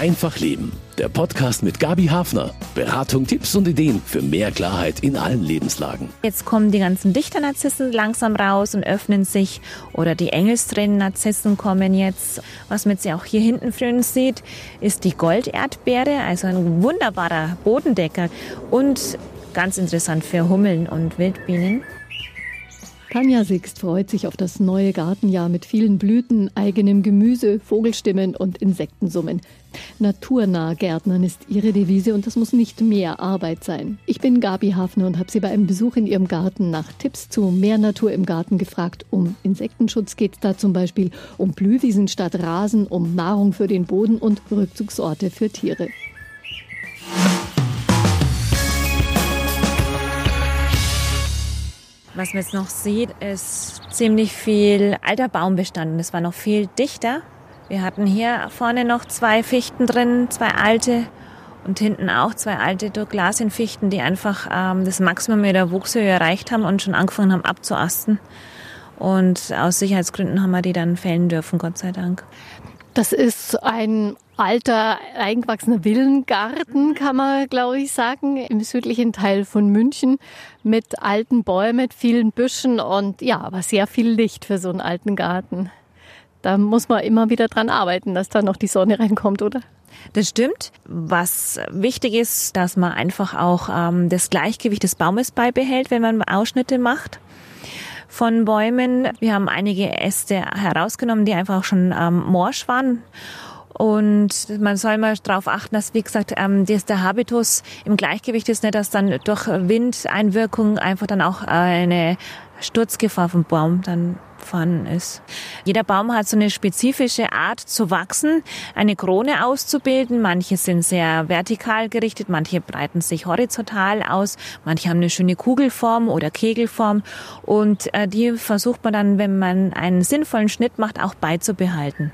Einfach Leben. Der Podcast mit Gabi Hafner. Beratung, Tipps und Ideen für mehr Klarheit in allen Lebenslagen. Jetzt kommen die ganzen Dichternarzissen langsam raus und öffnen sich. Oder die Engelstränen-Narzissen kommen jetzt. Was man jetzt ja auch hier hinten für uns sieht, ist die Golderdbeere. Also ein wunderbarer Bodendecker. Und ganz interessant für Hummeln und Wildbienen. Tanja Sixt freut sich auf das neue Gartenjahr mit vielen Blüten, eigenem Gemüse, Vogelstimmen und Insektensummen. Naturnah Gärtnern ist ihre Devise und das muss nicht mehr Arbeit sein. Ich bin Gabi Hafner und habe sie bei einem Besuch in ihrem Garten nach Tipps zu mehr Natur im Garten gefragt. Um Insektenschutz geht es da zum Beispiel, um Blühwiesen statt Rasen, um Nahrung für den Boden und Rückzugsorte für Tiere. Was man jetzt noch sieht, ist ziemlich viel alter Baumbestand. Es war noch viel dichter. Wir hatten hier vorne noch 2 Fichten drin, 2 alte und hinten auch 2 alte Douglasien-Fichten, die einfach das Maximum ihrer Wuchshöhe erreicht haben und schon angefangen haben abzuasten. Und aus Sicherheitsgründen haben wir die dann fällen dürfen, Gott sei Dank. Das ist ein alter, eingewachsener Villengarten, kann man, glaube ich, sagen, im südlichen Teil von München mit alten Bäumen, mit vielen Büschen und ja, aber sehr viel Licht für so einen alten Garten. Da muss man immer wieder dran arbeiten, dass da noch die Sonne reinkommt, oder? Das stimmt. Was wichtig ist, dass man einfach auch das Gleichgewicht des Baumes beibehält, wenn man Ausschnitte macht von Bäumen. Wir haben einige Äste herausgenommen, die einfach auch schon morsch waren. Und man soll mal darauf achten, dass, wie gesagt, der Habitus im Gleichgewicht ist, nicht, dass dann durch Windeinwirkung einfach dann auch eine Sturzgefahr vom Baum dann vorhanden ist. Jeder Baum hat so eine spezifische Art zu wachsen, eine Krone auszubilden. Manche sind sehr vertikal gerichtet, manche breiten sich horizontal aus, manche haben eine schöne Kugelform oder Kegelform. Und die versucht man dann, wenn man einen sinnvollen Schnitt macht, auch beizubehalten.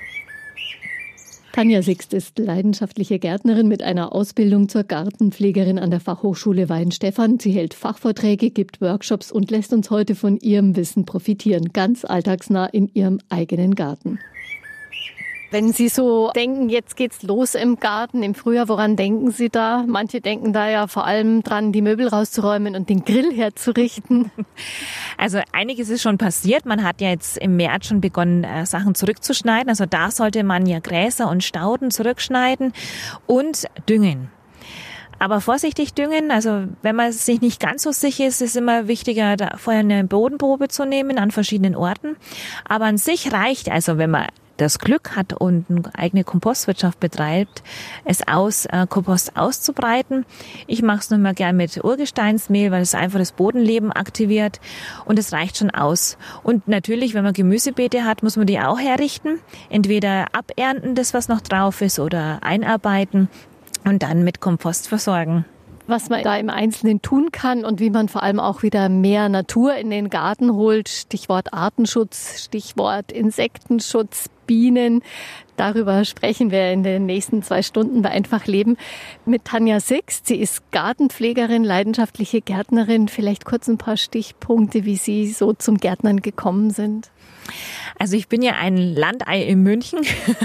Tanja Sixt ist leidenschaftliche Gärtnerin mit einer Ausbildung zur Gartenpflegerin an der Fachhochschule Weihenstephan. Sie hält Fachvorträge, gibt Workshops und lässt uns heute von ihrem Wissen profitieren, ganz alltagsnah in ihrem eigenen Garten. Wenn Sie so denken, jetzt geht's los im Garten, im Frühjahr, woran denken Sie da? Manche denken da ja vor allem dran, die Möbel rauszuräumen und den Grill herzurichten. Also einiges ist schon passiert. Man hat ja jetzt im März schon begonnen, Sachen zurückzuschneiden. Also da sollte man ja Gräser und Stauden zurückschneiden und düngen. Aber vorsichtig düngen, also wenn man sich nicht ganz so sicher ist, ist es immer wichtiger, da vorher eine Bodenprobe zu nehmen an verschiedenen Orten. Aber an sich reicht, also wenn man das Glück hat und eine eigene Kompostwirtschaft betreibt, Kompost auszubreiten. Ich mache es nur mal gern mit Urgesteinsmehl, weil es einfach das Bodenleben aktiviert und es reicht schon aus. Und natürlich, wenn man Gemüsebeete hat, muss man die auch herrichten. Entweder abernten, das was noch drauf ist, oder einarbeiten und dann mit Kompost versorgen. Was man da im Einzelnen tun kann und wie man vor allem auch wieder mehr Natur in den Garten holt. Stichwort Artenschutz, Stichwort Insektenschutz, Bienen. Darüber sprechen wir in den nächsten 2 Stunden bei Einfach Leben mit Tanja Sixt. Sie ist Gartenpflegerin, leidenschaftliche Gärtnerin. Vielleicht kurz ein paar Stichpunkte, wie Sie so zum Gärtnern gekommen sind. Also ich bin ja ein Landei in München.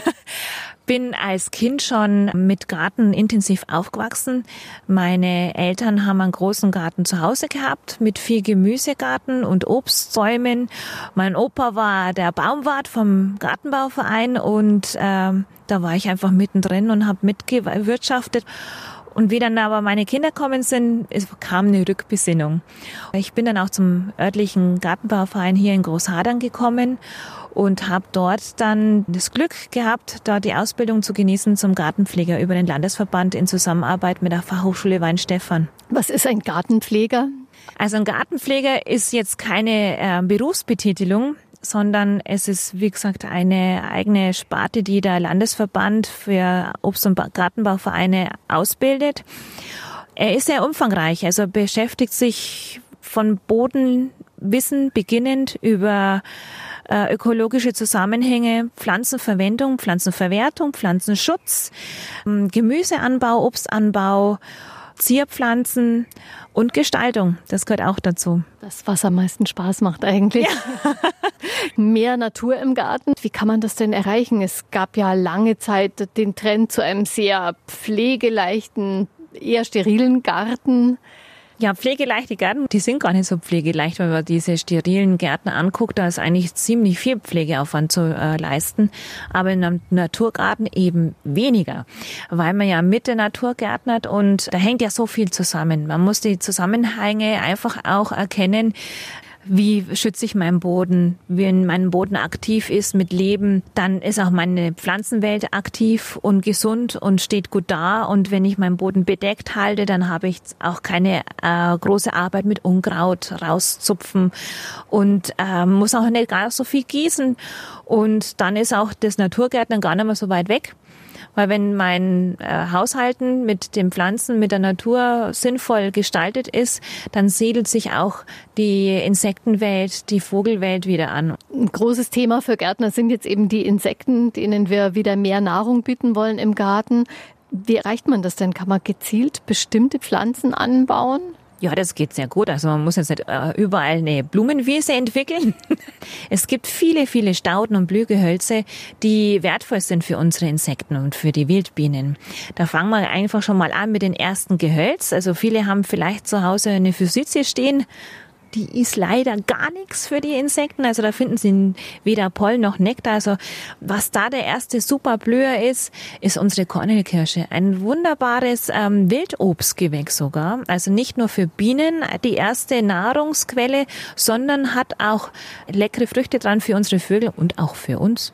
Bin als Kind schon mit Garten intensiv aufgewachsen. Meine Eltern haben einen großen Garten zu Hause gehabt mit viel Gemüsegarten und Obstbäumen. Mein Opa war der Baumwart vom Gartenbauverein und da war ich einfach mittendrin und habe mitgewirtschaftet. Und wie dann aber meine Kinder gekommen sind, kam eine Rückbesinnung. Ich bin dann auch zum örtlichen Gartenbauverein hier in Großhadern gekommen und habe dort dann das Glück gehabt, dort die Ausbildung zu genießen zum Gartenpfleger über den Landesverband in Zusammenarbeit mit der Fachhochschule Weihenstephan. Was ist ein Gartenpfleger? Also ein Gartenpfleger ist jetzt keine Berufsbetitelung, sondern es ist, wie gesagt, eine eigene Sparte, die der Landesverband für Obst- und Gartenbauvereine ausbildet. Er ist sehr umfangreich, also beschäftigt sich von Bodenwissen beginnend über ökologische Zusammenhänge, Pflanzenverwendung, Pflanzenverwertung, Pflanzenschutz, Gemüseanbau, Obstanbau, Zierpflanzen und Gestaltung. Das gehört auch dazu. Das, was am meisten Spaß macht eigentlich. Ja. Mehr Natur im Garten. Wie kann man das denn erreichen? Es gab ja lange Zeit den Trend zu einem sehr pflegeleichten, eher sterilen Garten. Ja, pflegeleichte Gärten, die sind gar nicht so pflegeleicht, wenn man diese sterilen Gärten anguckt. Da ist eigentlich ziemlich viel Pflegeaufwand zu leisten. Aber in einem Naturgarten eben weniger, weil man ja mit der Natur gärtnert und da hängt ja so viel zusammen. Man muss die Zusammenhänge einfach auch erkennen. Wie schütze ich meinen Boden? Wenn mein Boden aktiv ist mit Leben, dann ist auch meine Pflanzenwelt aktiv und gesund und steht gut da. Und wenn ich meinen Boden bedeckt halte, dann habe ich auch keine große Arbeit mit Unkraut rauszupfen und muss auch nicht gar so viel gießen. Und dann ist auch das Naturgärtnern gar nicht mehr so weit weg. Weil wenn mein Haushalten mit den Pflanzen, mit der Natur sinnvoll gestaltet ist, dann siedelt sich auch die Insektenwelt, die Vogelwelt wieder an. Ein großes Thema für Gärtner sind jetzt eben die Insekten, denen wir wieder mehr Nahrung bieten wollen im Garten. Wie erreicht man das denn? Kann man gezielt bestimmte Pflanzen anbauen? Ja, das geht sehr gut. Also man muss jetzt nicht überall eine Blumenwiese entwickeln. Es gibt viele, viele Stauden und Blühgehölze, die wertvoll sind für unsere Insekten und für die Wildbienen. Da fangen wir einfach schon mal an mit den ersten Gehölz. Also viele haben vielleicht zu Hause eine Forsythie stehen. Die ist leider gar nichts für die Insekten. Also da finden sie weder Pollen noch Nektar. Also was da der erste Superblüher ist, ist unsere Kornelkirsche. Ein wunderbares Wildobstgewächs sogar. Also nicht nur für Bienen die erste Nahrungsquelle, sondern hat auch leckere Früchte dran für unsere Vögel und auch für uns.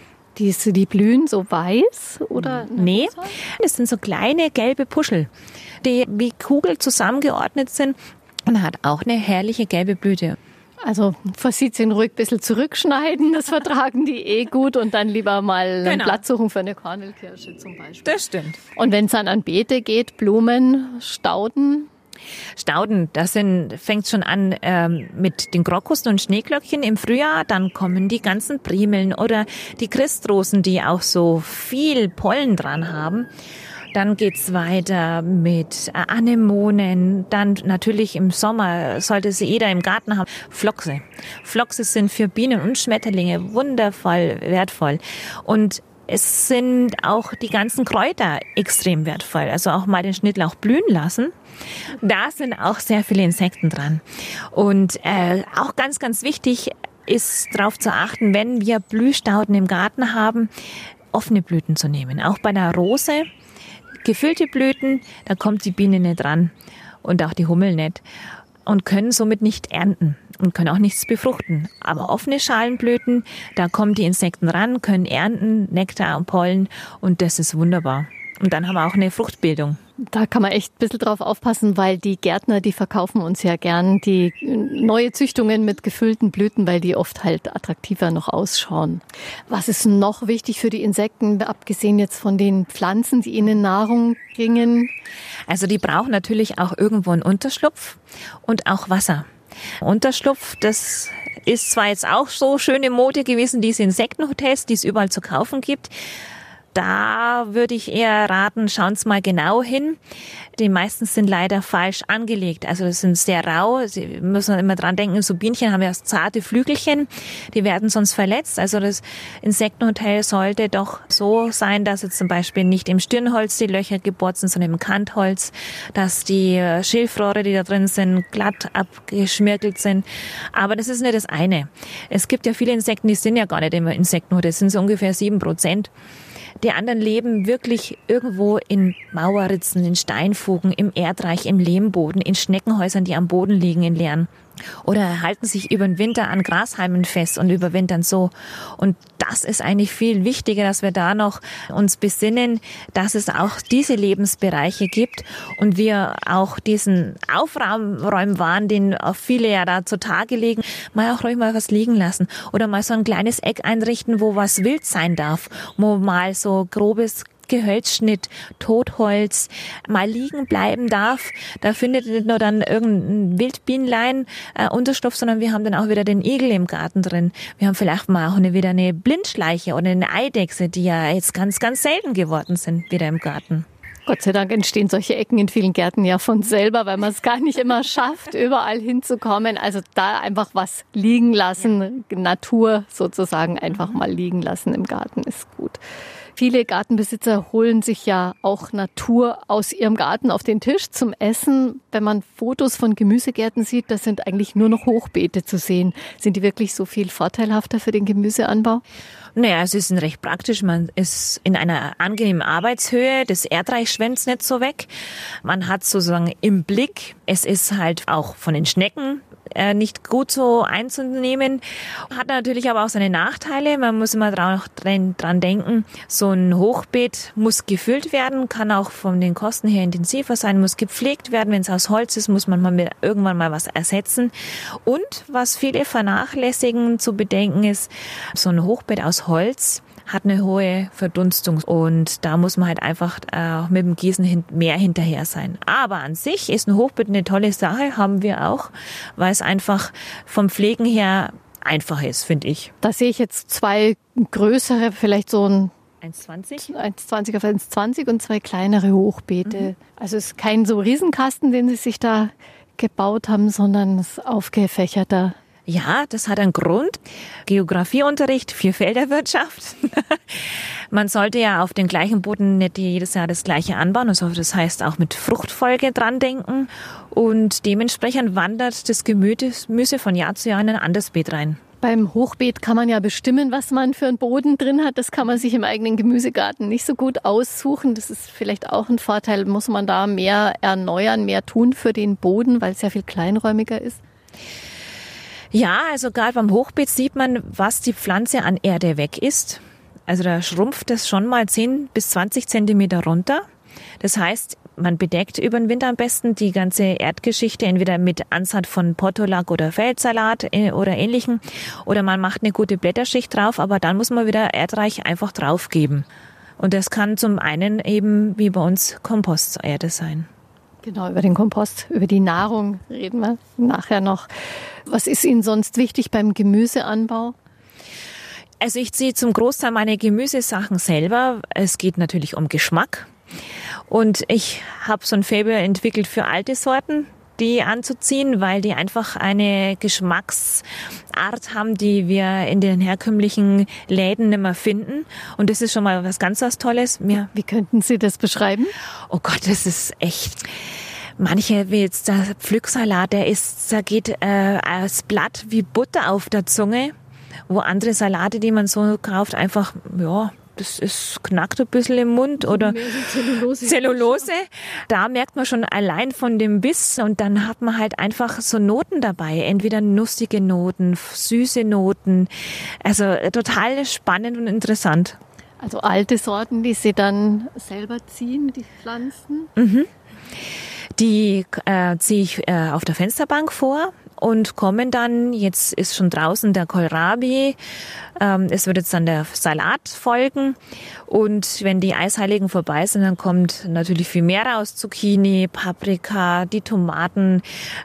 Die blühen so weiß oder? Nee, das sind so kleine gelbe Puschel, die wie Kugeln zusammengeordnet sind. Und hat auch eine herrliche gelbe Blüte. Also Forsythien ruhig ein bisschen zurückschneiden, das vertragen die gut und dann lieber mal einen Platz suchen für eine Kornelkirsche zum Beispiel. Das stimmt. Und wenn es dann an Beete geht, Blumen, Stauden? Stauden, fängt schon an mit den Krokussen und Schneeglöckchen im Frühjahr. Dann kommen die ganzen Primeln oder die Christrosen, die auch so viel Pollen dran haben. Dann geht's weiter mit Anemonen. Dann natürlich im Sommer sollte sie jeder im Garten haben. Flochse. Flochse sind für Bienen und Schmetterlinge wundervoll wertvoll. Und es sind auch die ganzen Kräuter extrem wertvoll. Also auch mal den Schnittlauch blühen lassen. Da sind auch sehr viele Insekten dran. Und auch ganz, ganz wichtig ist darauf zu achten, wenn wir Blühstauden im Garten haben, offene Blüten zu nehmen. Auch bei der Rose. Gefüllte Blüten, da kommt die Biene nicht ran und auch die Hummel nicht und können somit nicht ernten und können auch nichts befruchten. Aber offene Schalenblüten, da kommen die Insekten ran, können ernten, Nektar und Pollen und das ist wunderbar. Und dann haben wir auch eine Fruchtbildung. Da kann man echt ein bisschen drauf aufpassen, weil die Gärtner, die verkaufen uns ja gern die neue Züchtungen mit gefüllten Blüten, weil die oft halt attraktiver noch ausschauen. Was ist noch wichtig für die Insekten, abgesehen jetzt von den Pflanzen, die ihnen Nahrung bringen? Also die brauchen natürlich auch irgendwo einen Unterschlupf und auch Wasser. Unterschlupf, das ist zwar jetzt auch so schöne Mode gewesen, diese Insektenhotels, die es überall zu kaufen gibt. Da würde ich eher raten, schauen Sie mal genau hin. Die meisten sind leider falsch angelegt. Also das sind sehr rau. Sie müssen immer dran denken, so Bienchen haben ja zarte Flügelchen. Die werden sonst verletzt. Also das Insektenhotel sollte doch so sein, dass jetzt zum Beispiel nicht im Stirnholz die Löcher gebohrt sind, sondern im Kantholz. Dass die Schilfrohre, die da drin sind, glatt abgeschmirgelt sind. Aber das ist nicht das eine. Es gibt ja viele Insekten, die sind ja gar nicht im Insektenhotel. Das sind so ungefähr 7%. Die anderen leben wirklich irgendwo in Mauerritzen, in Steinfugen, im Erdreich, im Lehmboden, in Schneckenhäusern, die am Boden liegen, in leeren. Oder halten sich über den Winter an Grashalmen fest und überwintern so. Und das ist eigentlich viel wichtiger, dass wir da noch uns besinnen, dass es auch diese Lebensbereiche gibt und wir auch diesen Aufräumwahn, den auch viele ja da zutage legen, mal auch ruhig mal was liegen lassen oder mal so ein kleines Eck einrichten, wo was wild sein darf, wo mal so grobes Gehölzschnitt, Totholz mal liegen bleiben darf. Da findet nicht nur dann irgendein Wildbienlein Unterschlupf, sondern wir haben dann auch wieder den Igel im Garten drin. Wir haben vielleicht mal auch wieder eine Blindschleiche oder eine Eidechse, die ja jetzt ganz, ganz selten geworden sind, wieder im Garten. Gott sei Dank entstehen solche Ecken in vielen Gärten ja von selber, weil man es gar nicht immer schafft, überall hinzukommen. Also da einfach was liegen lassen, Natur sozusagen einfach mal liegen lassen im Garten ist gut. Viele Gartenbesitzer holen sich ja auch Natur aus ihrem Garten auf den Tisch zum Essen. Wenn man Fotos von Gemüsegärten sieht, da sind eigentlich nur noch Hochbeete zu sehen. Sind die wirklich so viel vorteilhafter für den Gemüseanbau? Naja, es ist recht praktisch. Man ist in einer angenehmen Arbeitshöhe. Das Erdreich schwemmt nicht so weg. Man hat sozusagen im Blick. Es ist halt auch von den Schnecken nicht gut so einzunehmen. Hat natürlich aber auch seine Nachteile. Man muss immer dran denken, so ein Hochbeet muss gefüllt werden, kann auch von den Kosten her intensiver sein, muss gepflegt werden. Wenn es aus Holz ist, muss man irgendwann mal was ersetzen. Und was viele vernachlässigen zu bedenken ist, so ein Hochbeet aus Holz hat eine hohe Verdunstung und da muss man halt einfach mit dem Gießen mehr hinterher sein. Aber an sich ist ein Hochbeet eine tolle Sache, haben wir auch, weil es einfach vom Pflegen her einfach ist, finde ich. Da sehe ich jetzt zwei größere, vielleicht so ein 1,20? 1,20 auf 1,20 und zwei kleinere Hochbeete. Also es ist kein so Riesenkasten, den Sie sich da gebaut haben, sondern es ist aufgefächerter. Ja, das hat einen Grund. Geografieunterricht, Vierfelderwirtschaft. Man sollte ja auf den gleichen Boden nicht jedes Jahr das gleiche anbauen. Also das heißt auch mit Fruchtfolge dran denken. Und dementsprechend wandert das Gemüse von Jahr zu Jahr in ein anderes Beet rein. Beim Hochbeet kann man ja bestimmen, was man für einen Boden drin hat. Das kann man sich im eigenen Gemüsegarten nicht so gut aussuchen. Das ist vielleicht auch ein Vorteil. Muss man da mehr erneuern, mehr tun für den Boden, weil es ja viel kleinräumiger ist? Ja, also gerade beim Hochbeet sieht man, was die Pflanze an Erde weg ist. Also da schrumpft es schon mal 10 bis 20 Zentimeter runter. Das heißt, man bedeckt über den Winter am besten die ganze Erdgeschichte entweder mit Ansaat von Portulak oder Feldsalat oder Ähnlichem. Oder man macht eine gute Blätterschicht drauf, aber dann muss man wieder Erdreich einfach draufgeben. Und das kann zum einen eben wie bei uns Komposterde sein. Genau, über den Kompost, über die Nahrung reden wir nachher noch. Was ist Ihnen sonst wichtig beim Gemüseanbau? Also ich ziehe zum Großteil meine Gemüsesachen selber. Es geht natürlich um Geschmack. Und ich habe so ein Faible entwickelt für alte Sorten, die anzuziehen, weil die einfach eine Geschmacksart haben, die wir in den herkömmlichen Läden nicht mehr finden. Und das ist schon mal was ganz was Tolles. Wie könnten Sie das beschreiben? Oh Gott, das ist echt... Manche, wie jetzt der Pflücksalat, da geht das Blatt wie Butter auf der Zunge, wo andere Salate, die man so kauft, einfach, ja, das knackt ein bisschen im Mund oder Zellulose. Da merkt man schon allein von dem Biss und dann hat man halt einfach so Noten dabei, entweder nussige Noten, süße Noten, also total spannend und interessant. Also alte Sorten, die Sie dann selber ziehen, die Pflanzen? Mhm. Die ziehe ich auf der Fensterbank vor und kommen dann, jetzt ist schon draußen der Kohlrabi, es wird jetzt dann der Salat folgen und wenn die Eisheiligen vorbei sind, dann kommt natürlich viel mehr raus, Zucchini, Paprika, die Tomaten,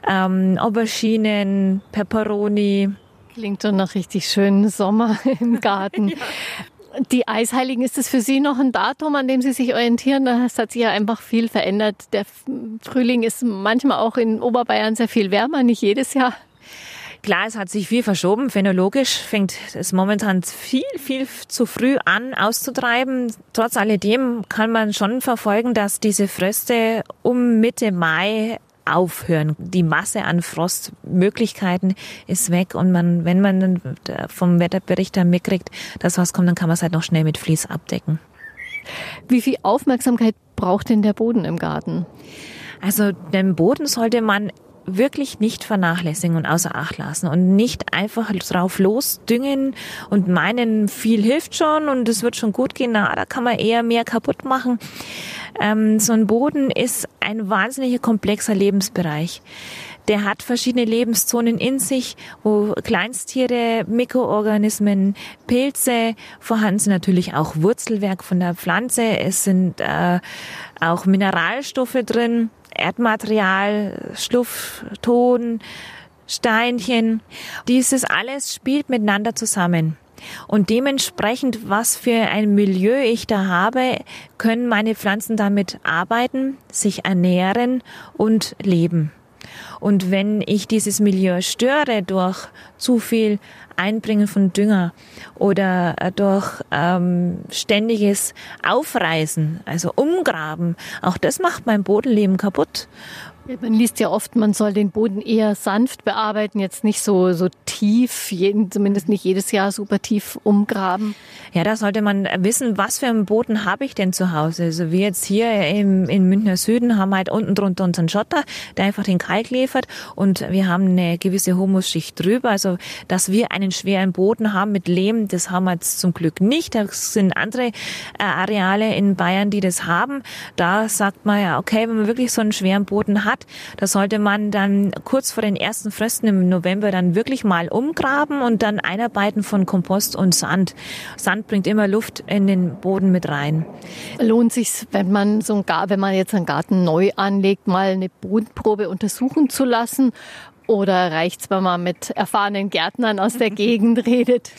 Auberginen, Peperoni. Klingt schon nach richtig schönen Sommer im Garten. Ja. Die Eisheiligen, ist das für Sie noch ein Datum, an dem Sie sich orientieren? Es hat sich ja einfach viel verändert. Der Frühling ist manchmal auch in Oberbayern sehr viel wärmer, nicht jedes Jahr. Klar, es hat sich viel verschoben. Phänologisch fängt es momentan viel zu früh an auszutreiben. Trotz alledem kann man schon verfolgen, dass diese Fröste um Mitte Mai aufhören. Die Masse an Frostmöglichkeiten ist weg und wenn man dann vom Wetterbericht dann mitkriegt, dass was kommt, dann kann man es halt noch schnell mit Vlies abdecken. Wie viel Aufmerksamkeit braucht denn der Boden im Garten? Also den Boden sollte man wirklich nicht vernachlässigen und außer Acht lassen und nicht einfach drauf losdüngen und meinen, viel hilft schon und es wird schon gut gehen. Na, da kann man eher mehr kaputt machen. So ein Boden ist ein wahnsinnig komplexer Lebensbereich. Der hat verschiedene Lebenszonen in sich, wo Kleinsttiere, Mikroorganismen, Pilze vorhanden sind, natürlich auch Wurzelwerk von der Pflanze. Es sind auch Mineralstoffe drin, Erdmaterial, Schluff, Ton, Steinchen. Dieses alles spielt miteinander zusammen. Und dementsprechend, was für ein Milieu ich da habe, können meine Pflanzen damit arbeiten, sich ernähren und leben. Und wenn ich dieses Milieu störe durch zu viel Einbringen von Dünger oder durch ständiges Aufreißen, also Umgraben, auch das macht mein Bodenleben kaputt. Man liest ja oft, man soll den Boden eher sanft bearbeiten, jetzt nicht so tief, zumindest nicht jedes Jahr super tief umgraben. Ja, da sollte man wissen, was für einen Boden habe ich denn zu Hause. Also wir jetzt hier in Münchner Süden haben halt unten drunter unseren Schotter, der einfach den Kalk liefert, und wir haben eine gewisse Humusschicht drüber. Also dass wir einen schweren Boden haben mit Lehm, das haben wir jetzt zum Glück nicht. Da sind andere Areale in Bayern, die das haben. Da sagt man ja, okay, wenn man wirklich so einen schweren Boden hat, da sollte man dann kurz vor den ersten Frösten im November dann wirklich mal umgraben und dann einarbeiten von Kompost und Sand. Sand bringt immer Luft in den Boden mit rein. Lohnt sich's, wenn man jetzt einen Garten neu anlegt, mal eine Bodenprobe untersuchen zu lassen? Oder reicht's, wenn man mit erfahrenen Gärtnern aus der Gegend redet?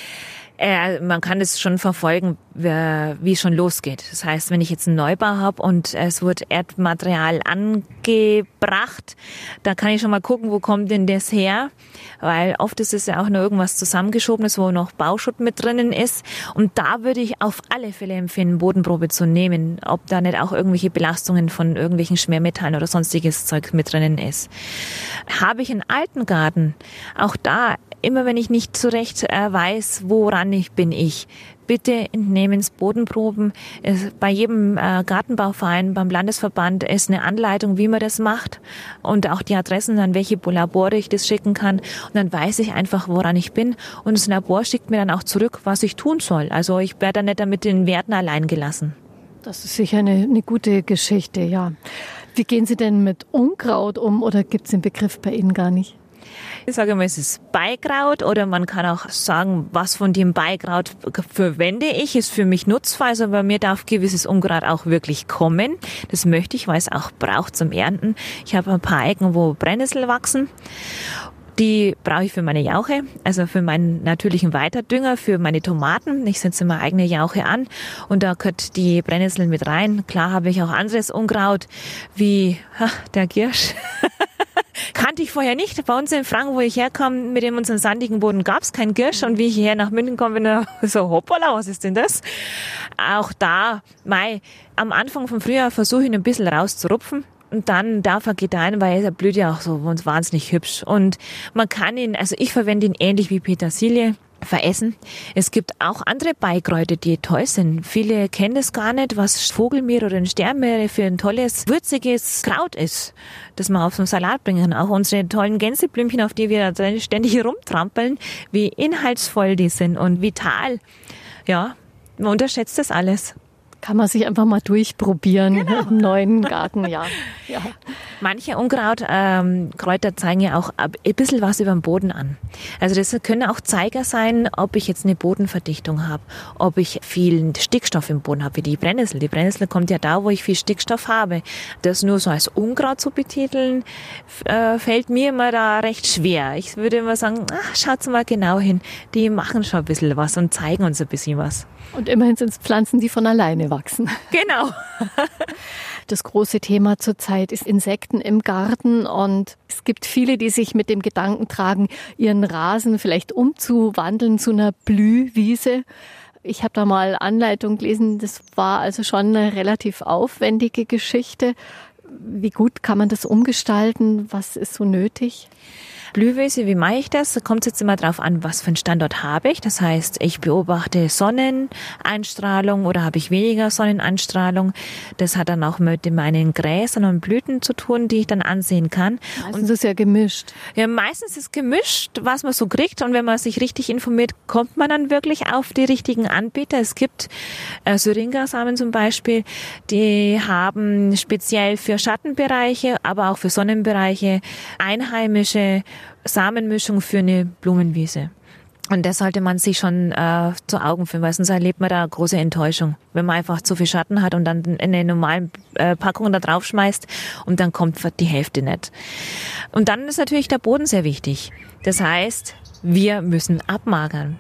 Man kann es schon verfolgen, wie es schon losgeht. Das heißt, wenn ich jetzt einen Neubau habe und es wird Erdmaterial angebracht, da kann ich schon mal gucken, wo kommt denn das her? Weil oft ist es ja auch nur irgendwas zusammengeschobenes, wo noch Bauschutt mit drinnen ist. Und da würde ich auf alle Fälle empfehlen, Bodenprobe zu nehmen, ob da nicht auch irgendwelche Belastungen von irgendwelchen Schwermetallen oder sonstiges Zeug mit drinnen ist. Habe ich einen alten Garten, auch da, immer wenn ich nicht zurecht weiß, woran bin ich, bitte entnehmens Bodenproben. Bei jedem Gartenbauverein, beim Landesverband ist eine Anleitung, wie man das macht, und auch die Adressen, an welche Labore ich das schicken kann. Und dann weiß ich einfach, woran ich bin. Und das Labor schickt mir dann auch zurück, was ich tun soll. Also ich werde dann nicht damit den Werten allein gelassen. Das ist sicher eine gute Geschichte, ja. Wie gehen Sie denn mit Unkraut um, oder gibt es den Begriff bei Ihnen gar nicht? Ich sage mal, es ist Beikraut, oder man kann auch sagen, was von dem Beikraut verwende ich, ist für mich nutzvoll. Also bei mir darf gewisses Unkraut auch wirklich kommen. Das möchte ich, weil es auch braucht zum Ernten. Ich habe ein paar Ecken, wo Brennnessel wachsen. Die brauche ich für meine Jauche, also für meinen natürlichen Weiterdünger, für meine Tomaten. Ich setze meine eigene Jauche an und da gehört die Brennnessel mit rein. Klar habe ich auch anderes Unkraut, wie der Giersch. Kannte ich vorher nicht. Bei uns in Franken, wo ich herkomme, mit unserem sandigen Boden, gab es kein Giersch. Und wie ich hierher nach München komme, bin ich so, hoppala, was ist denn das? Auch da, am Anfang vom Frühjahr versuche ich ihn ein bisschen rauszurupfen. Und dann darf er gedeihen, weil er blüht ja auch so wahnsinnig hübsch. Und man kann ihn, also ich verwende ihn ähnlich wie Petersilie, veressen. Es gibt auch andere Beikräuter, die toll sind. Viele kennen das gar nicht, was Vogelmeere oder ein Sternmeere für ein tolles, würziges Kraut ist, das man auf so einen Salat bringen kann. Auch unsere tollen Gänseblümchen, auf die wir da ständig herumtrampeln, wie inhaltsvoll die sind und vital. Ja, man unterschätzt das alles. Kann man sich einfach mal durchprobieren im neuen Garten, ja. Manche Unkrautkräuter zeigen ja auch ein bisschen was über den Boden an. Also das können auch Zeiger sein, ob ich jetzt eine Bodenverdichtung habe, ob ich viel Stickstoff im Boden habe, wie die Brennnessel. Die Brennnessel kommt ja da, wo ich viel Stickstoff habe. Das nur so als Unkraut zu betiteln, fällt mir immer da recht schwer. Ich würde immer sagen, schaut mal genau hin. Die machen schon ein bisschen was und zeigen uns ein bisschen was. Und immerhin sind es Pflanzen, die von alleine wachsen. Genau. Das große Thema zurzeit ist Insekten im Garten, und es gibt viele, die sich mit dem Gedanken tragen, ihren Rasen vielleicht umzuwandeln zu einer Blühwiese. Ich habe da mal Anleitung gelesen, das war also schon eine relativ aufwendige Geschichte. Wie gut kann man das umgestalten? Was ist so nötig? Blühwiese, wie mache ich das? Da kommt es jetzt immer drauf an, was für einen Standort habe ich. Das heißt, ich beobachte Sonneneinstrahlung oder habe ich weniger Sonneneinstrahlung. Das hat dann auch mit meinen Gräsern und Blüten zu tun, die ich dann ansehen kann. Meistens ist es ja gemischt. Ja, meistens ist es gemischt, was man so kriegt. Und wenn man sich richtig informiert, kommt man dann wirklich auf die richtigen Anbieter. Es gibt Syringa-Samen zum Beispiel, die haben speziell für Schattenbereiche, aber auch für Sonnenbereiche einheimische Samenmischung für eine Blumenwiese. Und das sollte man sich schon zu Augen führen, weil sonst erlebt man da große Enttäuschung, wenn man einfach zu viel Schatten hat und dann in eine normalen Packung da drauf schmeißt und dann kommt die Hälfte nicht. Und dann ist natürlich der Boden sehr wichtig. Das heißt, wir müssen abmagern.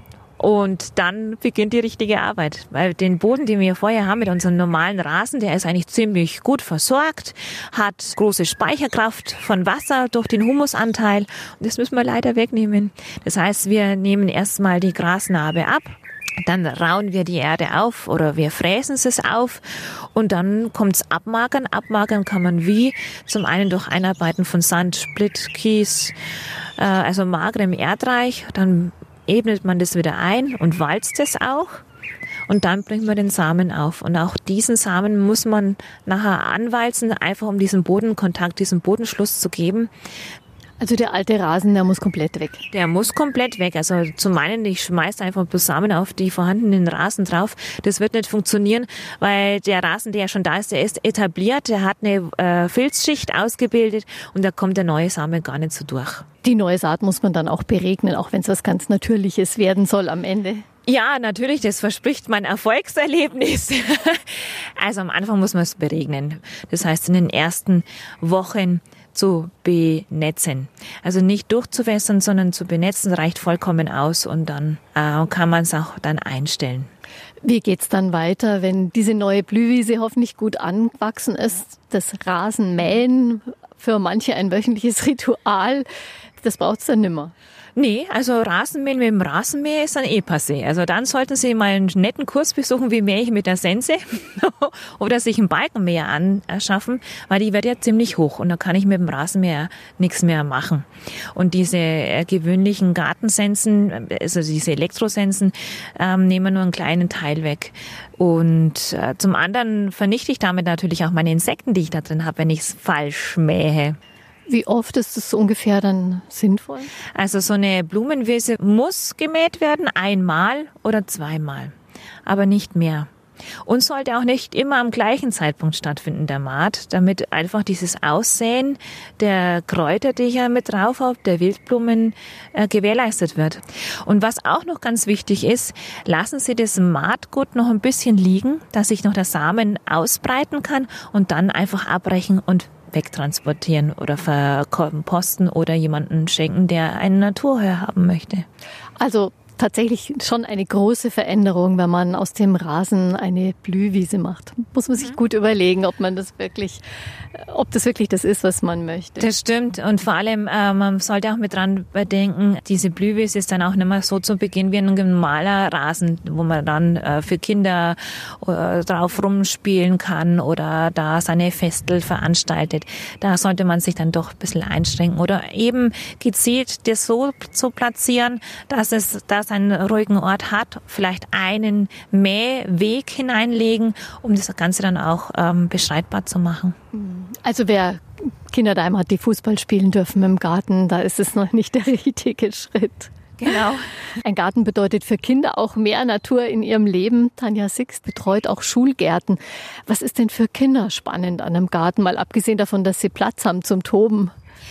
Und dann beginnt die richtige Arbeit. Weil den Boden, den wir vorher haben mit unserem normalen Rasen, der ist eigentlich ziemlich gut versorgt, hat große Speicherkraft von Wasser durch den Humusanteil. Und das müssen wir leider wegnehmen. Das heißt, wir nehmen erstmal die Grasnarbe ab. Dann rauen wir die Erde auf oder wir fräsen es auf und dann kommt's Abmagern. Abmagern kann man wie? Zum einen durch Einarbeiten von Sand, Splitt, Kies, also magerem Erdreich. Dann ebnet man das wieder ein und walzt es auch. Und dann bringt man den Samen auf. Und auch diesen Samen muss man nachher anwalzen, einfach um diesen Bodenkontakt, diesen Bodenschluss zu geben. Also der alte Rasen, der muss komplett weg. Der muss komplett weg. Also zum einen, ich schmeiße einfach Samen auf die vorhandenen Rasen drauf. Das wird nicht funktionieren, weil der Rasen, der schon da ist, der ist etabliert, der hat eine Filzschicht ausgebildet und da kommt der neue Samen gar nicht so durch. Die neue Saat muss man dann auch beregnen, auch wenn es was ganz Natürliches werden soll am Ende. Ja, natürlich, das verspricht mein Erfolgserlebnis. Also am Anfang muss man es beregnen. Das heißt, in den ersten Wochen zu benetzen. Also nicht durchzuwässern, sondern zu benetzen reicht vollkommen aus und dann kann man es auch dann einstellen. Wie geht's dann weiter, wenn diese neue Blühwiese hoffentlich gut angewachsen ist? Das Rasenmähen, für manche ein wöchentliches Ritual, das braucht's dann nimmer. Nee, also Rasenmähen mit dem Rasenmäher ist dann passé. Also dann sollten Sie mal einen netten Kurs besuchen, wie mähe ich mit der Sense oder sich einen Balkenmäher anschaffen, weil die wird ja ziemlich hoch und da kann ich mit dem Rasenmäher nichts mehr machen. Und diese gewöhnlichen Gartensensen, also diese Elektrosensen, nehmen nur einen kleinen Teil weg. Und zum anderen vernichte ich damit natürlich auch meine Insekten, die ich da drin habe, wenn ich es falsch mähe. Wie oft ist das ungefähr dann sinnvoll? Also so eine Blumenwiese muss gemäht werden, einmal oder zweimal, aber nicht mehr. Und sollte auch nicht immer am gleichen Zeitpunkt stattfinden, der Maat, damit einfach dieses Aussäen der Kräuter, die ich ja mit drauf habe, der Wildblumen, gewährleistet wird. Und was auch noch ganz wichtig ist, lassen Sie das Maatgut noch ein bisschen liegen, dass sich noch der Samen ausbreiten kann und dann einfach abbrechen und wegtransportieren oder verkomposten oder jemanden schenken, der einen Naturheuer haben möchte. Also tatsächlich schon eine große Veränderung, wenn man aus dem Rasen eine Blühwiese macht. Muss man sich gut überlegen, ob das wirklich das ist, was man möchte. Das stimmt. Und vor allem, man sollte auch mit dran bedenken, diese Blühwiese ist dann auch nicht mehr so zu Beginn wie ein normaler Rasen, wo man dann für Kinder drauf rumspielen kann oder da seine Festel veranstaltet. Da sollte man sich dann doch ein bisschen einschränken oder eben gezielt das so zu platzieren, dass es einen ruhigen Ort hat, vielleicht einen Mähweg hineinlegen, um das Ganze dann auch beschreitbar zu machen. Also wer Kinder daheim hat, die Fußball spielen dürfen im Garten, da ist es noch nicht der richtige Schritt. Genau. Ein Garten bedeutet für Kinder auch mehr Natur in ihrem Leben. Tanja Sixt betreut auch Schulgärten. Was ist denn für Kinder spannend an einem Garten, mal abgesehen davon, dass sie Platz haben zum Toben?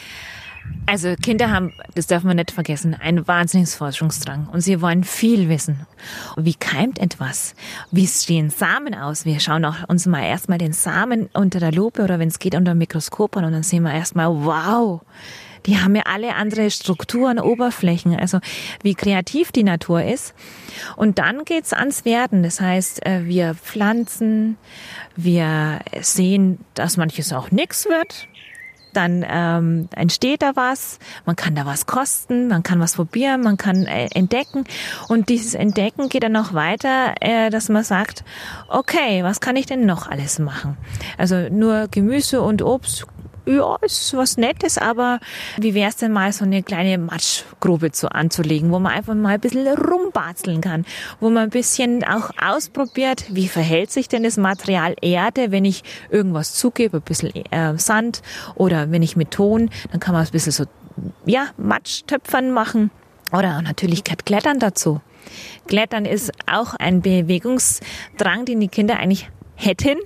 Also Kinder haben, das darf man nicht vergessen, einen wahnsinnigen Forschungsdrang und sie wollen viel wissen. Wie keimt etwas? Wie stehen Samen aus? Wir schauen auch uns mal erstmal den Samen unter der Lupe oder wenn es geht unter dem Mikroskop an und dann sehen wir erstmal, wow, die haben ja alle andere Strukturen, Oberflächen, also wie kreativ die Natur ist. Und dann geht's ans Werden. Das heißt, wir pflanzen, wir sehen, dass manches auch nichts wird. Dann entsteht da was, man kann da was kosten, man kann was probieren, man kann entdecken. Und dieses Entdecken geht dann noch weiter, dass man sagt, okay, was kann ich denn noch alles machen? Also nur Gemüse und Obst, ja, ist was Nettes, aber wie wär's denn mal so eine kleine Matschgrube anzulegen, wo man einfach mal ein bisschen rumbatzeln kann, wo man ein bisschen auch ausprobiert, wie verhält sich denn das Material Erde, wenn ich irgendwas zugebe, ein bisschen Sand oder wenn ich mit Ton, dann kann man ein bisschen so, ja, Matschtöpfern machen oder natürlich Klettern dazu. Klettern ist auch ein Bewegungsdrang, den die Kinder eigentlich hätten,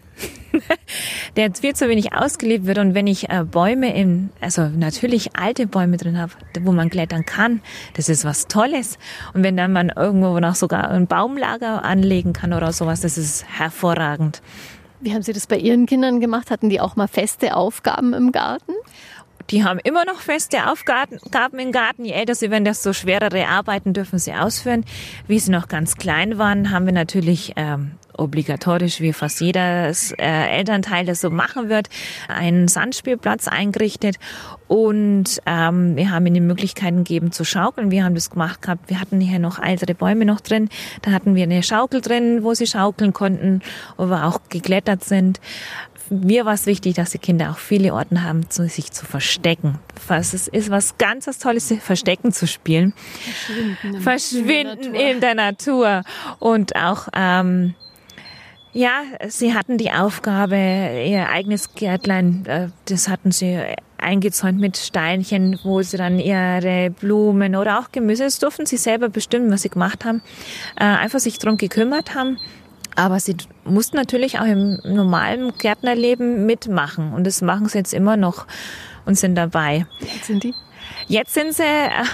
der viel zu wenig ausgelebt wird. Und wenn ich Bäume also natürlich alte Bäume drin habe, wo man klettern kann, das ist was Tolles. Und wenn dann man irgendwo noch sogar ein Baumlager anlegen kann oder sowas, das ist hervorragend. Wie haben Sie das bei Ihren Kindern gemacht? Hatten die auch mal feste Aufgaben im Garten? Die haben immer noch feste Aufgaben im Garten. Je älter sie werden, desto schwerere Arbeiten dürfen sie ausführen. Wie sie noch ganz klein waren, haben wir natürlich obligatorisch, wie fast jeder Elternteil das so machen wird, einen Sandspielplatz eingerichtet und wir haben ihnen die Möglichkeiten gegeben zu schaukeln. Wir haben das gemacht gehabt. Wir hatten hier noch ältere Bäume noch drin. Da hatten wir eine Schaukel drin, wo sie schaukeln konnten, wo wir auch geklettert sind. Mir war es wichtig, dass die Kinder auch viele Orte haben, sich zu verstecken. Es ist was ganz Tolles, Verstecken zu spielen. Verschwinden in der Natur. Und auch, sie hatten die Aufgabe, ihr eigenes Gärtlein, das hatten sie eingezäunt mit Steinchen, wo sie dann ihre Blumen oder auch Gemüse, das durften sie selber bestimmen, was sie gemacht haben, einfach sich darum gekümmert haben. Aber sie mussten natürlich auch im normalen Gärtnerleben mitmachen. Und das machen sie jetzt immer noch und sind dabei. Wie alt sind die? Jetzt sind sie,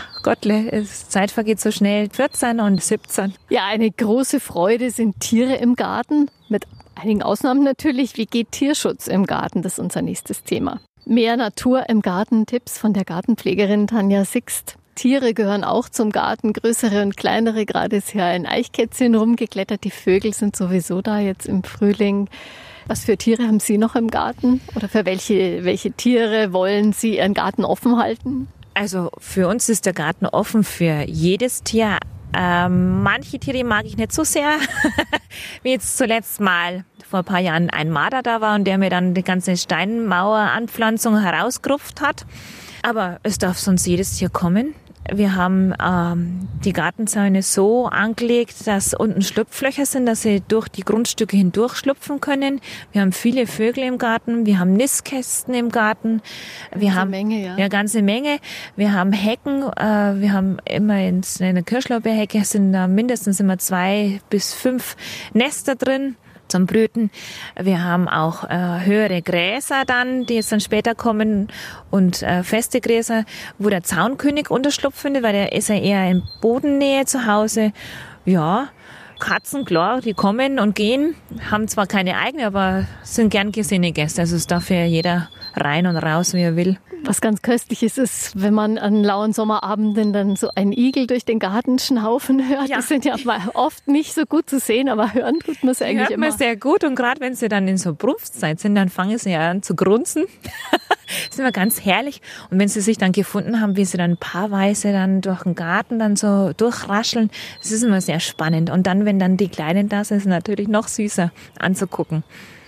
die Zeit vergeht so schnell, 14 und 17. Ja, eine große Freude sind Tiere im Garten. Mit einigen Ausnahmen natürlich. Wie geht Tierschutz im Garten? Das ist unser nächstes Thema. Mehr Natur im Garten. Tipps von der Gartenpflegerin Tanja Sixt. Tiere gehören auch zum Garten, größere und kleinere. Gerade ist ja ein Eichkätzchen rumgeklettert. Die Vögel sind sowieso da jetzt im Frühling. Was für Tiere haben Sie noch im Garten? Oder für welche Tiere wollen Sie Ihren Garten offen halten? Also für uns ist der Garten offen für jedes Tier. Manche Tiere mag ich nicht so sehr, wie jetzt zuletzt mal vor ein paar Jahren ein Marder da war und der mir dann die ganze Steinmaueranpflanzung herausgerupft hat. Aber es darf sonst jedes Tier kommen. Wir haben die Gartenzäune so angelegt, dass unten Schlupflöcher sind, dass sie durch die Grundstücke hindurch schlüpfen können. Wir haben viele Vögel im Garten, wir haben Nistkästen im Garten. Wir haben eine ganze Menge. Wir haben Hecken, wir haben immer in einer Kirschlorbeerhecke sind da mindestens immer 2 bis 5 Nester drin zum Brüten. Wir haben auch höhere Gräser dann, die jetzt dann später kommen und feste Gräser, wo der Zaunkönig Unterschlupf findet, weil der ist ja eher in Bodennähe zu Hause. Ja, Katzen, klar, die kommen und gehen, haben zwar keine eigene, aber sind gern gesehene Gäste. Also es darf ja jeder rein und raus, wie er will. Was ganz Köstliches ist, wenn man an lauen Sommerabenden dann so einen Igel durch den Garten schnaufen hört. Ja. Die sind ja oft nicht so gut zu sehen, aber hören tut man es eigentlich hört immer. Man sehr gut und gerade wenn sie dann in so Brunftzeit sind, dann fangen sie ja an zu grunzen. Das ist immer ganz herrlich. Und wenn sie sich dann gefunden haben, wie sie dann paarweise dann durch den Garten dann so durchrascheln, das ist immer sehr spannend. Und dann, wenn dann die Kleinen da sind, ist es natürlich noch süßer anzugucken.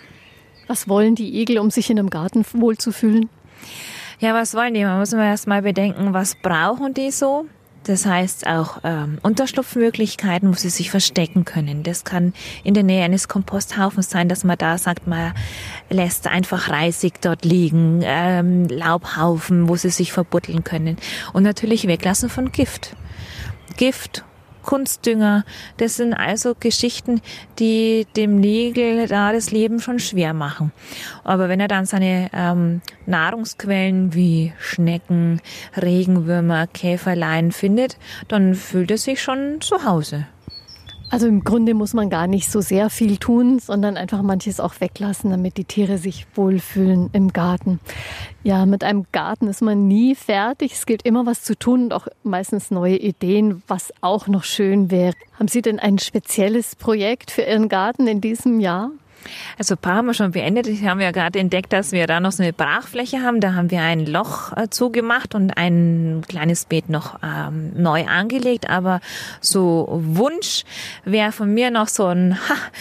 Was wollen die Igel, um sich in einem Garten wohlzufühlen? Ja, was wollen die? Man muss mal erst mal bedenken, was brauchen die so? Das heißt auch Unterschlupfmöglichkeiten, wo sie sich verstecken können. Das kann in der Nähe eines Komposthaufens sein, dass man da sagt, man lässt einfach Reisig dort liegen, Laubhaufen, wo sie sich verbuddeln können. Und natürlich weglassen von Gift. Kunstdünger, das sind also Geschichten, die dem Igel da das Leben schon schwer machen. Aber wenn er dann seine Nahrungsquellen wie Schnecken, Regenwürmer, Käferlein findet, dann fühlt er sich schon zu Hause. Also im Grunde muss man gar nicht so sehr viel tun, sondern einfach manches auch weglassen, damit die Tiere sich wohlfühlen im Garten. Ja, mit einem Garten ist man nie fertig. Es gilt immer was zu tun und auch meistens neue Ideen, was auch noch schön wäre. Haben Sie denn ein spezielles Projekt für Ihren Garten in diesem Jahr? Also ein paar haben wir schon beendet. Wir haben ja gerade entdeckt, dass wir da noch so eine Brachfläche haben. Da haben wir ein Loch zugemacht und ein kleines Beet noch neu angelegt. Aber so Wunsch wäre von mir noch so ein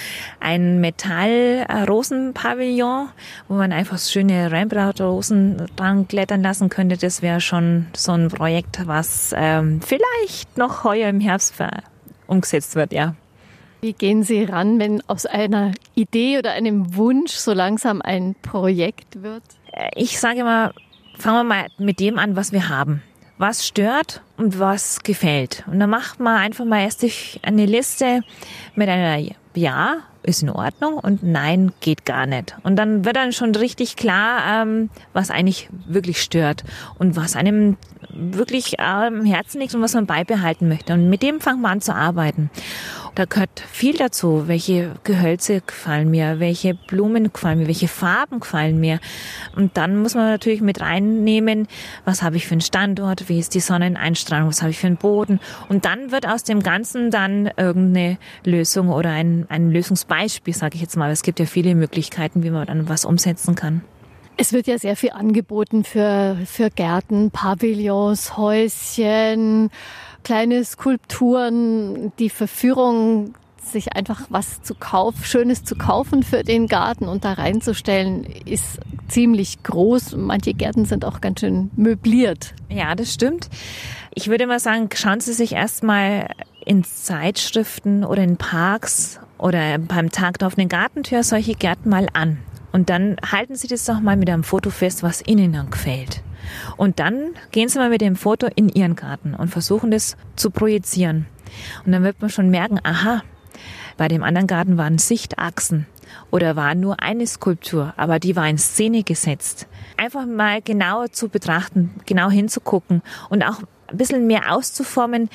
Metall-Rosenpavillon, wo man einfach schöne Rembrandt-Rosen dran klettern lassen könnte. Das wäre schon so ein Projekt, was vielleicht noch heuer im Herbst umgesetzt wird, ja. Wie gehen Sie ran, wenn aus einer Idee oder einem Wunsch so langsam ein Projekt wird? Ich sage immer, fangen wir mal mit dem an, was wir haben. Was stört und was gefällt. Und dann macht man einfach mal erst eine Liste mit einer Ja, ist in Ordnung und Nein, geht gar nicht. Und dann wird dann schon richtig klar, was eigentlich wirklich stört und was einem wirklich am Herzen liegt und was man beibehalten möchte. Und mit dem fangen wir an zu arbeiten. Da gehört viel dazu. Welche Gehölze gefallen mir? Welche Blumen gefallen mir? Welche Farben gefallen mir? Und dann muss man natürlich mit reinnehmen, was habe ich für einen Standort? Wie ist die Sonneneinstrahlung? Was habe ich für einen Boden? Und dann wird aus dem Ganzen dann irgendeine Lösung oder ein Lösungsbeispiel, sage ich jetzt mal. Es gibt ja viele Möglichkeiten, wie man dann was umsetzen kann. Es wird ja sehr viel angeboten für Gärten, Pavillons, Häuschen, kleine Skulpturen, die Verführung, sich einfach was Schönes zu kaufen für den Garten und da reinzustellen, ist ziemlich groß. Manche Gärten sind auch ganz schön möbliert. Ja, das stimmt. Ich würde mal sagen, schauen Sie sich erstmal in Zeitschriften oder in Parks oder beim Tag der offenen Gartentür solche Gärten mal an. Und dann halten Sie das doch mal mit einem Foto fest, was Ihnen dann gefällt. Und dann gehen Sie mal mit dem Foto in Ihren Garten und versuchen das zu projizieren. Und dann wird man schon merken, aha, bei dem anderen Garten waren Sichtachsen oder war nur eine Skulptur, aber die war in Szene gesetzt. Einfach mal genauer zu betrachten, genau hinzugucken und auch ein bisschen mehr auszuformen,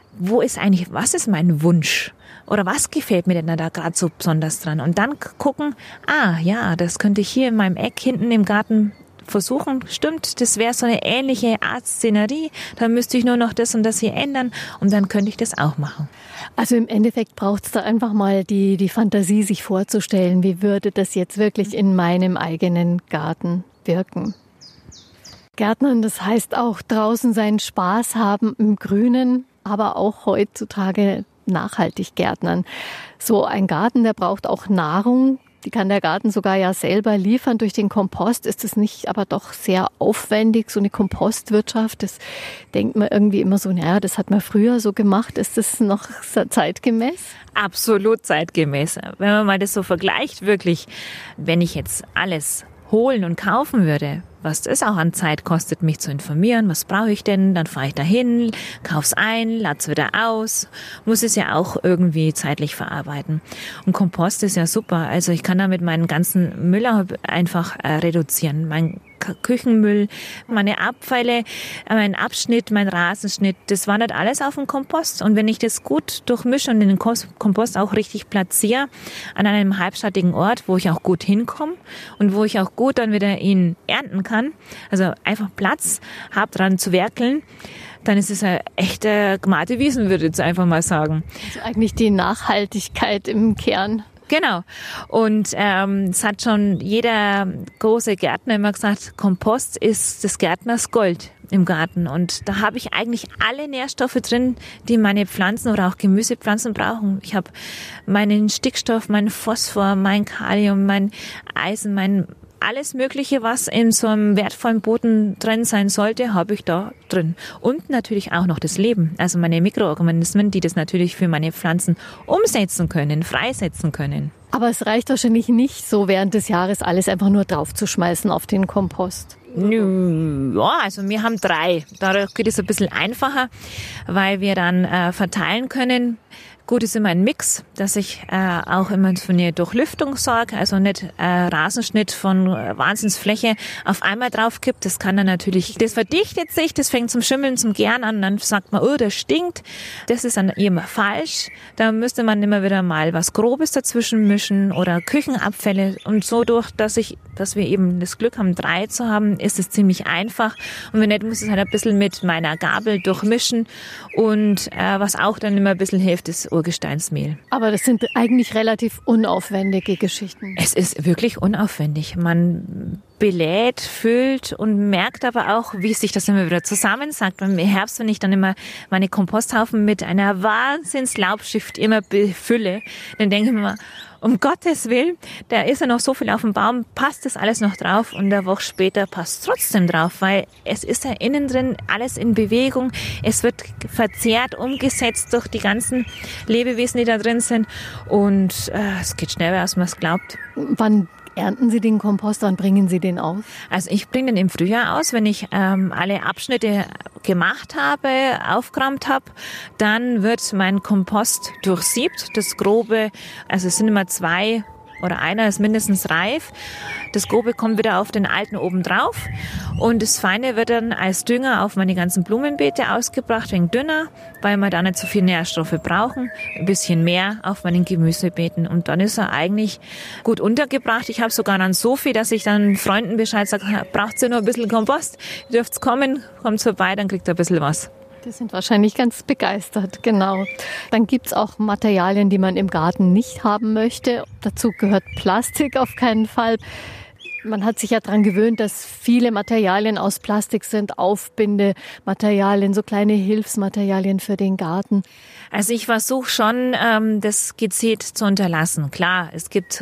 was ist mein Wunsch? Oder was gefällt mir denn da gerade so besonders dran? Und dann gucken, das könnte ich hier in meinem Eck hinten im Garten versuchen. Stimmt, das wäre so eine ähnliche Art Szenerie. Da müsste ich nur noch das und das hier ändern und dann könnte ich das auch machen. Also im Endeffekt braucht es da einfach mal die Fantasie, sich vorzustellen, wie würde das jetzt wirklich in meinem eigenen Garten wirken. Gärtnern, das heißt auch draußen seinen Spaß haben im Grünen, aber auch heutzutage nachhaltig gärtnern. So ein Garten, der braucht auch Nahrung. Die kann der Garten sogar ja selber liefern durch den Kompost. Ist es nicht aber doch sehr aufwendig, so eine Kompostwirtschaft? Das denkt man irgendwie immer so, das hat man früher so gemacht. Ist das noch zeitgemäß? Absolut zeitgemäß. Wenn man mal das so vergleicht, wirklich, wenn ich jetzt alles holen und kaufen würde, was das auch an Zeit kostet, mich zu informieren, was brauche ich denn, dann fahre ich dahin, kauf's ein, lad's wieder aus, muss es ja auch irgendwie zeitlich verarbeiten. Und Kompost ist ja super, also ich kann damit meinen ganzen Müll einfach reduzieren, mein Küchenmüll, meine Abfälle, mein Abschnitt, mein Rasenschnitt, das wandert alles auf den Kompost. Und wenn ich das gut durchmische und den Kompost auch richtig platziere, an einem halbschattigen Ort, wo ich auch gut hinkomme und wo ich auch gut dann wieder ihn ernten kann, also einfach Platz habe, dran zu werkeln, dann ist es eine echte Gmate Wiesen, würde ich jetzt einfach mal sagen. Also eigentlich die Nachhaltigkeit im Kern. Genau. Und es hat schon jeder große Gärtner immer gesagt, Kompost ist des Gärtners Gold im Garten. Und da habe ich eigentlich alle Nährstoffe drin, die meine Pflanzen oder auch Gemüsepflanzen brauchen. Ich habe meinen Stickstoff, meinen Phosphor, mein Kalium, mein Eisen, alles Mögliche, was in so einem wertvollen Boden drin sein sollte, habe ich da drin. Und natürlich auch noch das Leben, also meine Mikroorganismen, die das natürlich für meine Pflanzen umsetzen können, freisetzen können. Aber es reicht wahrscheinlich nicht, so während des Jahres alles einfach nur draufzuschmeißen auf den Kompost. Ja, also wir haben 3. Da geht es ein bisschen einfacher, weil wir dann verteilen können. Gut ist immer ein Mix, dass ich auch immer für eine Durchlüftung sorge, also nicht Rasenschnitt von Wahnsinnsfläche auf einmal drauf kippt. Das kann dann natürlich, das verdichtet sich, das fängt zum Schimmeln, zum Gären an, dann sagt man, oh, das stinkt. Das ist dann immer falsch. Da müsste man immer wieder mal was Grobes dazwischen mischen oder Küchenabfälle. Und so dass wir eben das Glück haben, 3 zu haben, ist es ziemlich einfach. Und wenn nicht, muss ich es halt ein bisschen mit meiner Gabel durchmischen. Und was auch dann immer ein bisschen hilft, ist Urgesteinsmehl. Aber das sind eigentlich relativ unaufwendige Geschichten. Es ist wirklich unaufwendig. Man belädt, füllt und merkt aber auch, wie sich das immer wieder zusammensackt. Im Herbst, wenn ich dann immer meine Komposthaufen mit einer Wahnsinnslaubschicht immer befülle, dann denke ich mir mal, um Gottes Willen, da ist ja noch so viel auf dem Baum, passt das alles noch drauf und eine Woche später passt es trotzdem drauf, weil es ist ja innen drin alles in Bewegung, es wird verzehrt, umgesetzt durch die ganzen Lebewesen, die da drin sind und es geht schneller, als man es glaubt. Wann ernten Sie den Kompost, wann bringen Sie den aus? Also ich bringe den im Frühjahr aus, wenn ich alle Abschnitte gemacht habe, aufgeräumt habe, dann wird mein Kompost durchsiebt. Das Grobe, also es sind immer 2 oder einer ist mindestens reif. Das Grobe kommt wieder auf den alten oben drauf und das Feine wird dann als Dünger auf meine ganzen Blumenbeete ausgebracht, wegen dünner, weil wir da nicht so viel Nährstoffe brauchen, ein bisschen mehr auf meinen Gemüsebeeten und dann ist er eigentlich gut untergebracht. Ich habe sogar dann so viel, dass ich dann Freunden Bescheid sage, braucht ihr noch ein bisschen Kompost, ihr dürft kommen, kommt vorbei, dann kriegt ihr ein bisschen was. Die sind wahrscheinlich ganz begeistert, genau. Dann gibt's auch Materialien, die man im Garten nicht haben möchte. Dazu gehört Plastik auf keinen Fall. Man hat sich ja daran gewöhnt, dass viele Materialien aus Plastik sind, Aufbindematerialien, so kleine Hilfsmaterialien für den Garten. Also ich versuche schon, das gezielt zu unterlassen. Klar, es gibt,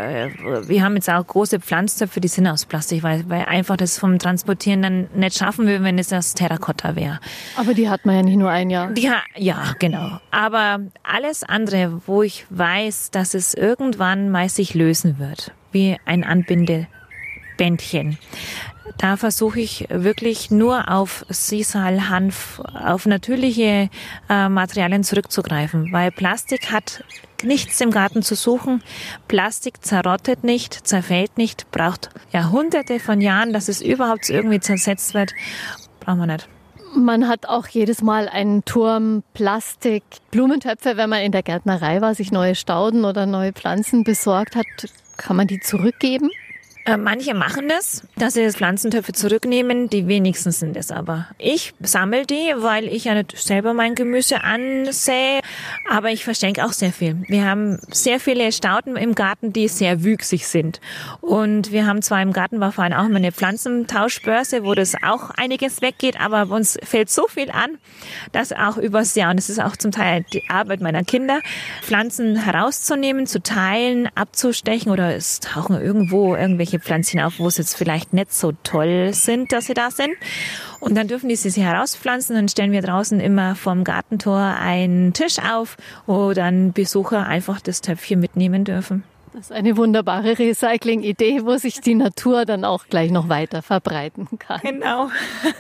wir haben jetzt auch große Pflanztöpfe, die sind aus Plastik, weil einfach das vom Transportieren dann nicht schaffen will, wenn es aus Terrakotta wäre. Aber die hat man ja nicht nur ein Jahr. Ja, genau. Aber alles andere, wo ich weiß, dass es irgendwann mal sich lösen wird, wie ein Anbindebändchen. Da versuche ich wirklich nur auf Sisal, Hanf, auf natürliche Materialien zurückzugreifen, weil Plastik hat nichts im Garten zu suchen. Plastik zerrottet nicht, zerfällt nicht, braucht Jahrhunderte von Jahren, dass es überhaupt irgendwie zersetzt wird. Brauchen wir nicht. Man hat auch jedes Mal einen Turm Plastik, Blumentöpfe, wenn man in der Gärtnerei war, sich neue Stauden oder neue Pflanzen besorgt hat. Kann man die zurückgeben? Manche machen das, dass sie das Pflanzentöpfe zurücknehmen, die wenigsten sind es aber. Ich sammle die, weil ich ja nicht selber mein Gemüse ansähe, aber ich verschenke auch sehr viel. Wir haben sehr viele Stauden im Garten, die sehr wüchsig sind. Und wir haben zwar im Gartenbauverein auch immer eine Pflanzentauschbörse, wo das auch einiges weggeht, aber uns fällt so viel an, dass auch übers Jahr, und das ist auch zum Teil die Arbeit meiner Kinder, Pflanzen herauszunehmen, zu teilen, abzustechen oder es tauchen irgendwo irgendwelche Pflänzchen auf, wo es jetzt vielleicht nicht so toll sind, dass sie da sind. Und dann dürfen die sie herauspflanzen. Dann stellen wir draußen immer vorm Gartentor einen Tisch auf, wo dann Besucher einfach das Töpfchen mitnehmen dürfen. Das ist eine wunderbare Recycling-Idee, wo sich die Natur dann auch gleich noch weiter verbreiten kann. Genau.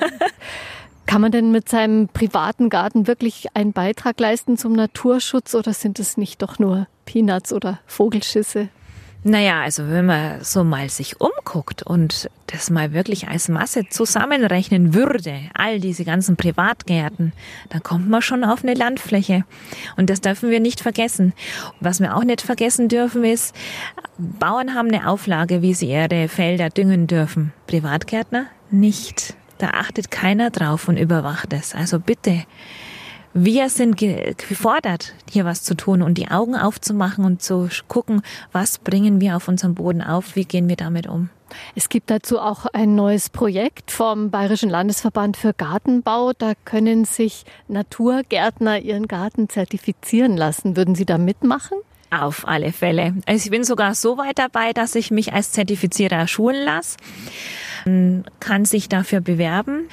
Kann man denn mit seinem privaten Garten wirklich einen Beitrag leisten zum Naturschutz oder sind es nicht doch nur Peanuts oder Vogelschisse? Naja, also wenn man so mal sich umguckt und das mal wirklich als Masse zusammenrechnen würde, all diese ganzen Privatgärten, dann kommt man schon auf eine Landfläche. Und das dürfen wir nicht vergessen. Was wir auch nicht vergessen dürfen ist, Bauern haben eine Auflage, wie sie ihre Felder düngen dürfen. Privatgärtner nicht. Da achtet keiner drauf und überwacht es. Also bitte. Wir sind gefordert, hier was zu tun und die Augen aufzumachen und zu gucken, was bringen wir auf unserem Boden auf, wie gehen wir damit um. Es gibt dazu auch ein neues Projekt vom Bayerischen Landesverband für Gartenbau. Da können sich Naturgärtner ihren Garten zertifizieren lassen. Würden Sie da mitmachen? Auf alle Fälle. Also ich bin sogar so weit dabei, dass ich mich als Zertifizierer schulen lasse. Man kann sich dafür bewerben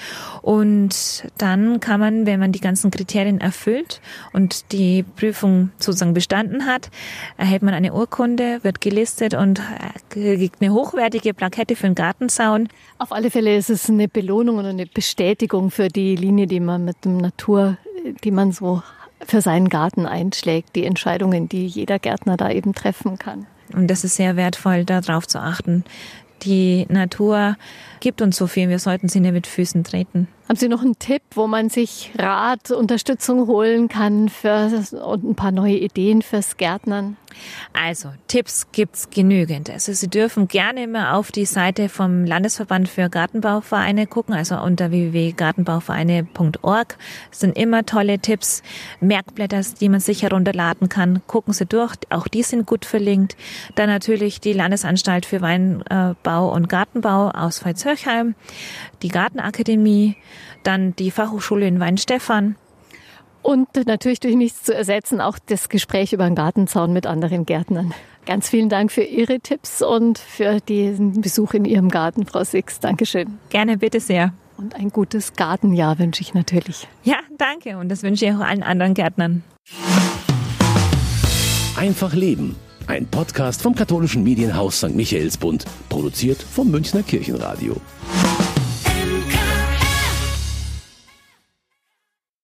und dann kann man, wenn man die ganzen Kriterien erfüllt und die Prüfung sozusagen bestanden hat, erhält man eine Urkunde, wird gelistet und kriegt eine hochwertige Plakette für den Gartenzaun. Auf alle Fälle ist es eine Belohnung und eine Bestätigung für die Linie, die man mit dem Natur, die man so für seinen Garten einschlägt, die Entscheidungen, die jeder Gärtner da eben treffen kann. Und das ist sehr wertvoll, darauf zu achten. Die Natur gibt uns so viel, wir sollten sie nicht mit Füßen treten. Haben Sie noch einen Tipp, wo man sich Rat, Unterstützung holen kann und ein paar neue Ideen fürs Gärtnern? Also, Tipps gibt's genügend. Also, Sie dürfen gerne immer auf die Seite vom Landesverband für Gartenbauvereine gucken, also unter www.gartenbauvereine.org. Es sind immer tolle Tipps, Merkblätter, die man sich herunterladen kann. Gucken Sie durch, auch die sind gut verlinkt. Dann natürlich die Landesanstalt für Weinbau und Gartenbau aus Veitshöchheim, die Gartenakademie, dann die Fachhochschule in Weinstefan. Und natürlich durch nichts zu ersetzen, auch das Gespräch über den Gartenzaun mit anderen Gärtnern. Ganz vielen Dank für Ihre Tipps und für diesen Besuch in Ihrem Garten, Frau Six. Dankeschön. Gerne, bitte sehr. Und ein gutes Gartenjahr wünsche ich natürlich. Ja, danke. Und das wünsche ich auch allen anderen Gärtnern. Einfach leben. Ein Podcast vom katholischen Medienhaus St. Michaelsbund, produziert vom Münchner Kirchenradio.